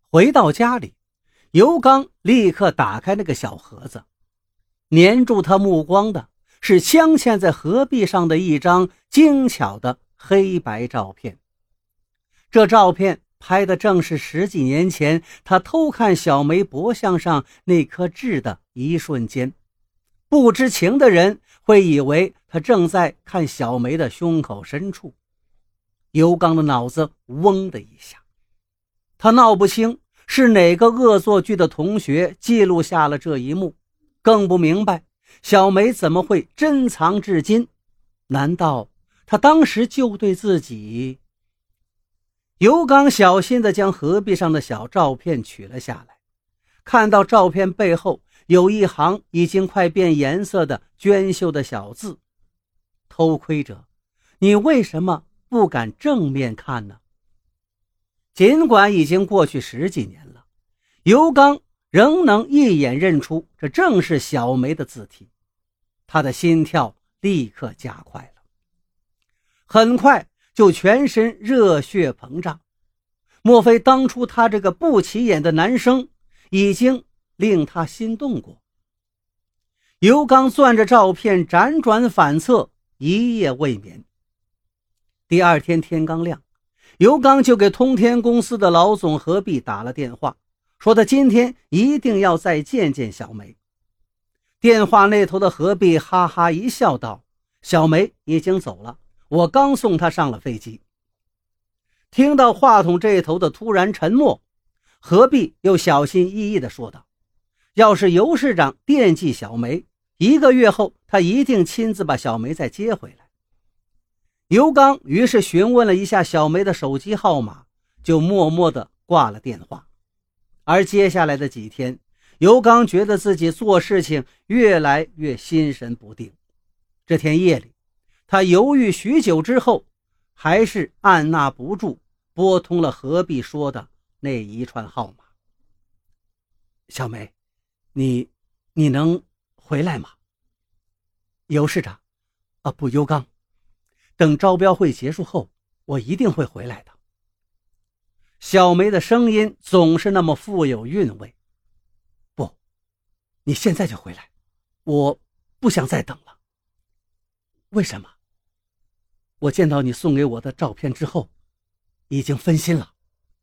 回到家里，尤刚立刻打开那个小盒子，粘住他目光的是镶嵌在盒壁上的一张精巧的黑白照片。这照片拍的正是10几年前他偷看小梅脖项上那颗痣的一瞬间。不知情的人会以为他正在看小梅的胸口深处。尤刚的脑子嗡的一下，他闹不清是哪个恶作剧的同学记录下了这一幕，更不明白小梅怎么会珍藏至今。难道他当时就对自己……尤刚小心地将盒壁上的小照片取了下来，看到照片背后有一行已经快变颜色的娟秀的小字：偷窥者，你为什么不敢正面看呢？尽管已经过去10几年了，尤刚仍能一眼认出这正是小梅的字体，他的心跳立刻加快了，很快就全身热血膨胀。莫非当初他这个不起眼的男生已经令他心动过？尤刚攥着照片辗转反侧，一夜未眠。第二天天刚亮，尤刚就给通天公司的老总何必打了电话，说他今天一定要再见见小梅。电话那头的何必哈哈一笑道：小梅已经走了，我刚送她上了飞机。听到话筒这头的突然沉默，何必又小心翼翼地说道：要是尤市长惦记小梅，1个月后他一定亲自把小梅再接回来。尤刚于是询问了一下小梅的手机号码，就默默地挂了电话。而接下来的几天，尤刚觉得自己做事情越来越心神不定。这天夜里，他犹豫许久之后，还是按捺不住，拨通了何必说的那一串号码。小梅，你能回来吗？尤市长，不，尤刚，等招标会结束后，我一定会回来的。小梅的声音总是那么富有韵味。不，你现在就回来，我不想再等了。为什么？我见到你送给我的照片之后，已经分心了。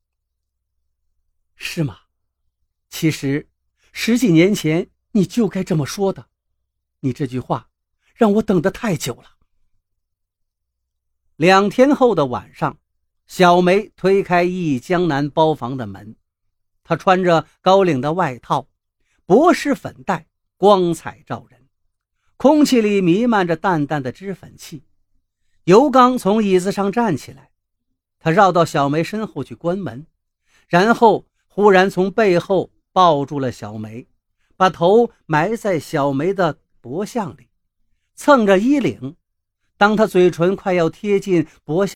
是吗？其实10几年前你就该这么说的，你这句话让我等得太久了。2天后的晚上，小梅推开忆江南包房的门，她穿着高领的外套，薄施粉黛，光彩照人，空气里弥漫着淡淡的脂粉气。尤刚从椅子上站起来，他绕到小梅身后去关门，然后忽然从背后抱住了小梅，把头埋在小梅的脖项里，蹭着衣领。当他嘴唇快要贴近脖项